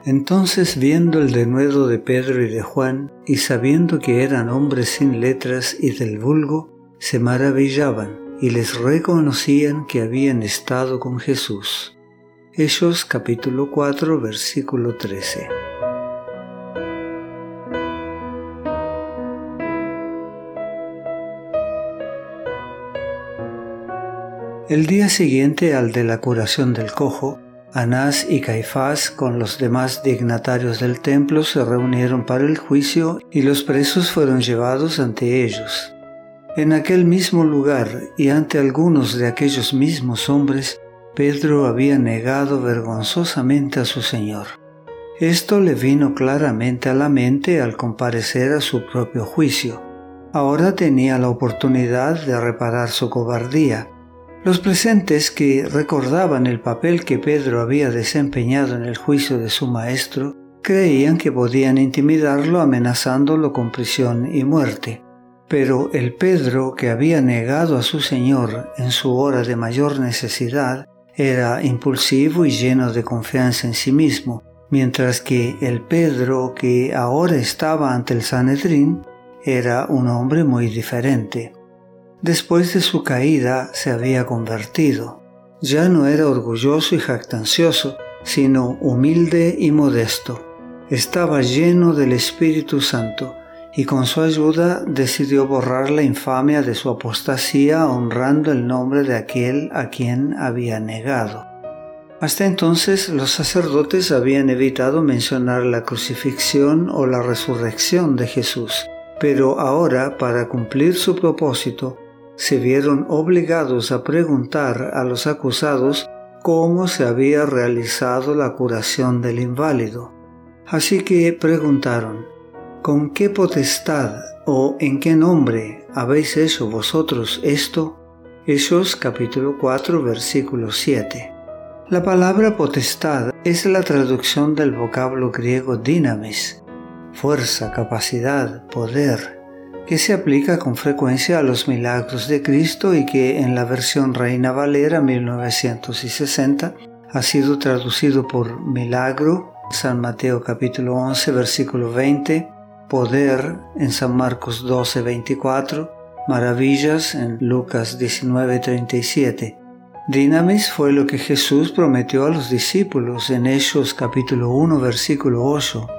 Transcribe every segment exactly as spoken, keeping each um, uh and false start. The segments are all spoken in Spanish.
Entonces, viendo el denuedo de Pedro y de Juan, y sabiendo que eran hombres sin letras y del vulgo, se maravillaban y les reconocían que habían estado con Jesús. Hechos capítulo cuatro, versículo trece. El día siguiente al de la curación del cojo, Anás y Caifás con los demás dignatarios del templo se reunieron para el juicio y los presos fueron llevados ante ellos. En aquel mismo lugar y ante algunos de aquellos mismos hombres, Pedro había negado vergonzosamente a su Señor. Esto le vino claramente a la mente al comparecer a su propio juicio. Ahora tenía la oportunidad de reparar su cobardía. Los presentes, que recordaban el papel que Pedro había desempeñado en el juicio de su maestro, creían que podían intimidarlo amenazándolo con prisión y muerte. Pero el Pedro que había negado a su Señor en su hora de mayor necesidad era impulsivo y lleno de confianza en sí mismo, mientras que el Pedro que ahora estaba ante el Sanedrín era un hombre muy diferente. Después de su caída se había convertido. Ya no era orgulloso y jactancioso, sino humilde y modesto. Estaba lleno del Espíritu Santo y con su ayuda decidió borrar la infamia de su apostasía honrando el nombre de aquel a quien había negado. Hasta entonces los sacerdotes habían evitado mencionar la crucifixión o la resurrección de Jesús, pero ahora, para cumplir su propósito, se vieron obligados a preguntar a los acusados cómo se había realizado la curación del inválido. Así que preguntaron: ¿con qué potestad o en qué nombre habéis hecho vosotros esto? Hechos capítulo cuatro, versículo siete. La palabra potestad es la traducción del vocablo griego dynamis, fuerza, capacidad, poder, que se aplica con frecuencia a los milagros de Cristo y que en la versión Reina Valera mil novecientos sesenta ha sido traducido por milagro, San Mateo capítulo once, versículo veinte, poder en San Marcos doce, veinticuatro, maravillas en Lucas diecinueve, treinta y siete. Dynamis fue lo que Jesús prometió a los discípulos en Hechos capítulo uno, versículo ocho.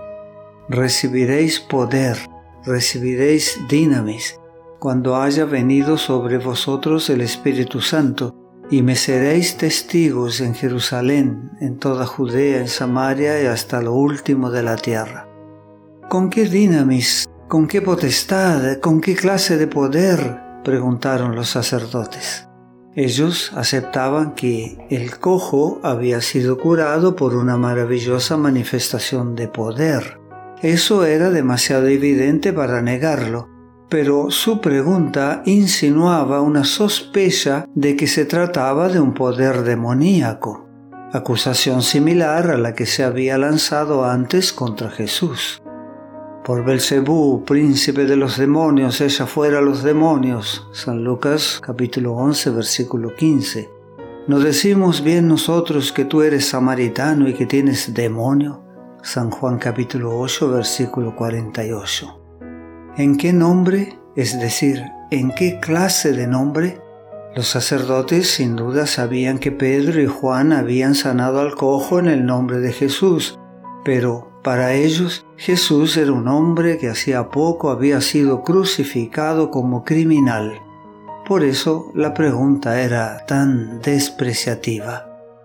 Recibiréis poder. Recibiréis dynamis, cuando haya venido sobre vosotros el Espíritu Santo, y me seréis testigos en Jerusalén, en toda Judea, en Samaria y hasta lo último de la tierra. ¿Con qué dynamis? ¿Con qué potestad? ¿Con qué clase de poder?, preguntaron los sacerdotes. Ellos aceptaban que el cojo había sido curado por una maravillosa manifestación de poder. Eso era demasiado evidente para negarlo, pero su pregunta insinuaba una sospecha de que se trataba de un poder demoníaco, acusación similar a la que se había lanzado antes contra Jesús. Por Belcebú, príncipe de los demonios, echa fuera los demonios. San Lucas capítulo once, versículo quince. ¿No decimos bien nosotros que tú eres samaritano y que tienes demonio? San Juan capítulo ocho, versículo cuarenta y ocho. ¿En qué nombre? Es decir, ¿en qué clase de nombre? Los sacerdotes sin duda sabían que Pedro y Juan habían sanado al cojo en el nombre de Jesús, pero para ellos Jesús era un hombre que hacía poco había sido crucificado como criminal. Por eso la pregunta era tan despreciativa.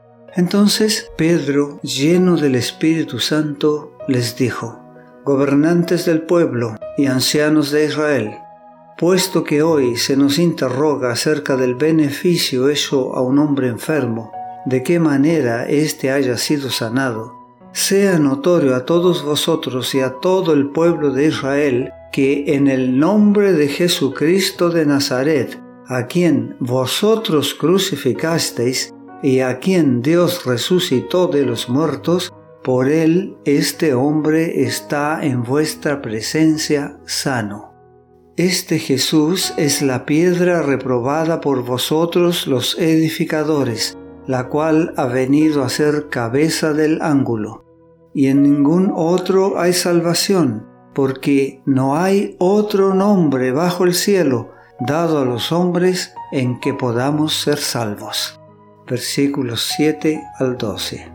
Entonces Pedro, lleno del Espíritu Santo, les dijo: gobernantes del pueblo y ancianos de Israel, puesto que hoy se nos interroga acerca del beneficio hecho a un hombre enfermo, de qué manera éste haya sido sanado, sea notorio a todos vosotros y a todo el pueblo de Israel que en el nombre de Jesucristo de Nazaret, a quien vosotros crucificasteis, y a quien Dios resucitó de los muertos, por él este hombre está en vuestra presencia sano. Este Jesús es la piedra reprobada por vosotros los edificadores, la cual ha venido a ser cabeza del ángulo. y en ningún otro hay salvación, porque no hay otro nombre bajo el cielo dado a los hombres en que podamos ser salvos. Versículos siete al doce.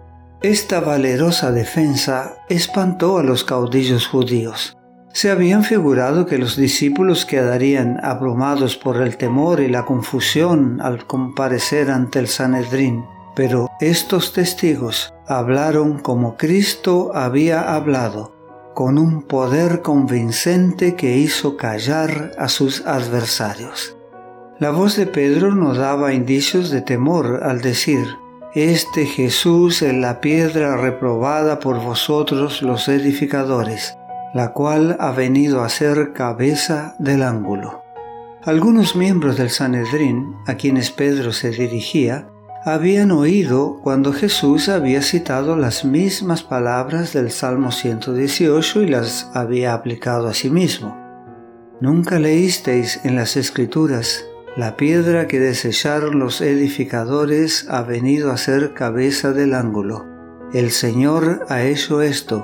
Esta valerosa defensa espantó a los caudillos judíos. Se habían figurado que los discípulos quedarían abrumados por el temor y la confusión al comparecer ante el Sanedrín, pero estos testigos hablaron como Cristo había hablado, con un poder convincente que hizo callar a sus adversarios. La voz de Pedro no daba indicios de temor al decir: «Este Jesús es la piedra reprobada por vosotros los edificadores, la cual ha venido a ser cabeza del ángulo». Algunos miembros del Sanedrín, a quienes Pedro se dirigía, habían oído cuando Jesús había citado las mismas palabras del Salmo ciento dieciocho y las había aplicado a sí mismo. ¿Nunca leísteis en las Escrituras: «La piedra que desecharon los edificadores ha venido a ser cabeza del ángulo»? El Señor ha hecho esto,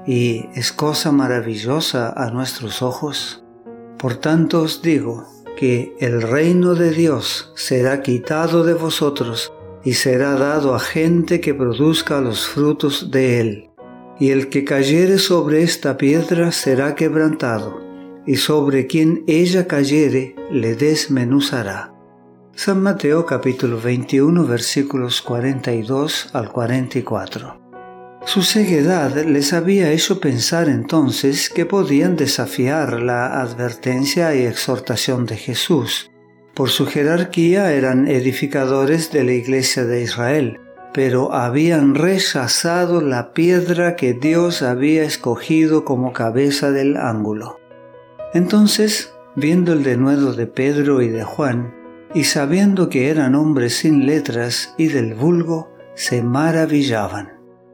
y es cosa maravillosa a nuestros ojos. Por tanto os digo que el reino de Dios será quitado de vosotros y será dado a gente que produzca los frutos de él. Y el que cayere sobre esta piedra será quebrantado, y sobre quien ella cayere le desmenuzará. San Mateo capítulo veintiuno versículos cuarenta y dos al cuarenta y cuatro. Su ceguedad les había hecho pensar entonces que podían desafiar la advertencia y exhortación de Jesús. Por su jerarquía eran edificadores de la Iglesia de Israel, pero habían rechazado la piedra que Dios había escogido como cabeza del ángulo. Entonces, viendo el denuedo de Pedro y de Juan, y sabiendo que eran hombres sin letras y del vulgo, se maravillaban.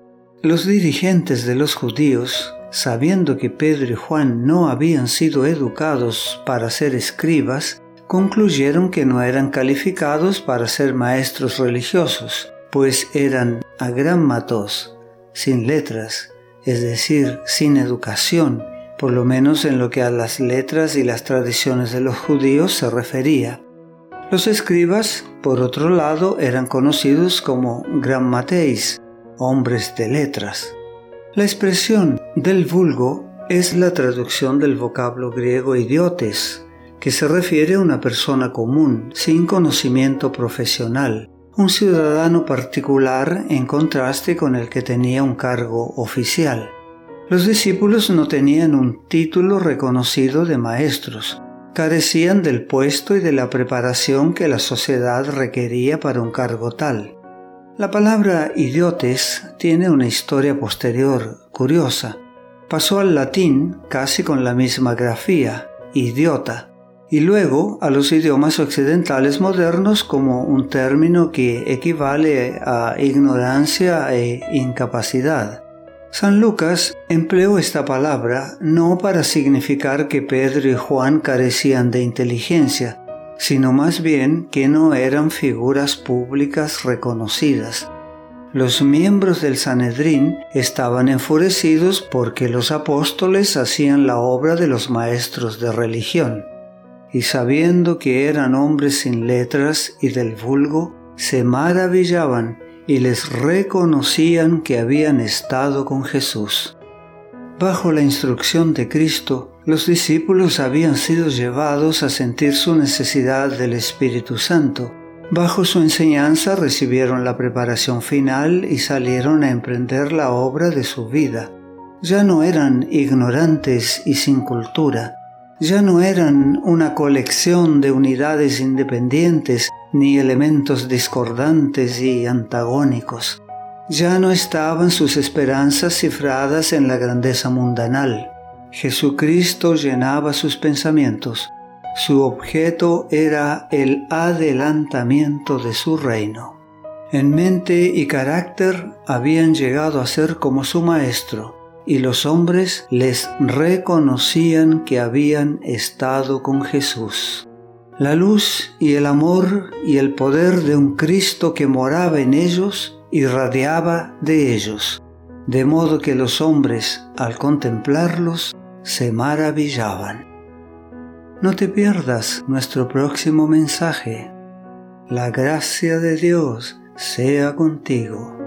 Los dirigentes de los judíos, sabiendo que Pedro y Juan no habían sido educados para ser escribas, concluyeron que no eran calificados para ser maestros religiosos, pues eran agrammatos, sin letras, es decir, sin educación, por lo menos en lo que a las letras y las tradiciones de los judíos se refería. Los escribas, por otro lado, eran conocidos como grammateis, hombres de letras. La expresión del vulgo es la traducción del vocablo griego idiotes, que se refiere a una persona común, sin conocimiento profesional, un ciudadano particular en contraste con el que tenía un cargo oficial. Los discípulos no tenían un título reconocido de maestros, carecían del puesto y de la preparación que la sociedad requería para un cargo tal. La palabra idiotes tiene una historia posterior curiosa. Pasó al latín casi con la misma grafía, idiota, y luego a los idiomas occidentales modernos como un término que equivale a ignorancia e incapacidad. San Lucas empleó esta palabra no para significar que Pedro y Juan carecían de inteligencia, sino más bien que no eran figuras públicas reconocidas. Los miembros del Sanedrín estaban enfurecidos porque los apóstoles hacían la obra de los maestros de religión, y sabiendo que eran hombres sin letras y del vulgo, se maravillaban y les reconocían que habían estado con Jesús. Bajo la instrucción de Cristo, los discípulos habían sido llevados a sentir su necesidad del Espíritu Santo. Bajo su enseñanza recibieron la preparación final y salieron a emprender la obra de su vida. Ya no eran ignorantes y sin cultura. Ya no eran una colección de unidades independientes ni elementos discordantes y antagónicos. Ya no estaban sus esperanzas cifradas en la grandeza mundanal. Jesucristo llenaba sus pensamientos. Su objeto era el adelantamiento de su reino. En mente y carácter habían llegado a ser como su Maestro, y los hombres les reconocían que habían estado con Jesús. La luz y el amor y el poder de un Cristo que moraba en ellos irradiaba de ellos. de modo que los hombres, al contemplarlos, se maravillaban. No te pierdas nuestro próximo mensaje. La gracia de Dios sea contigo.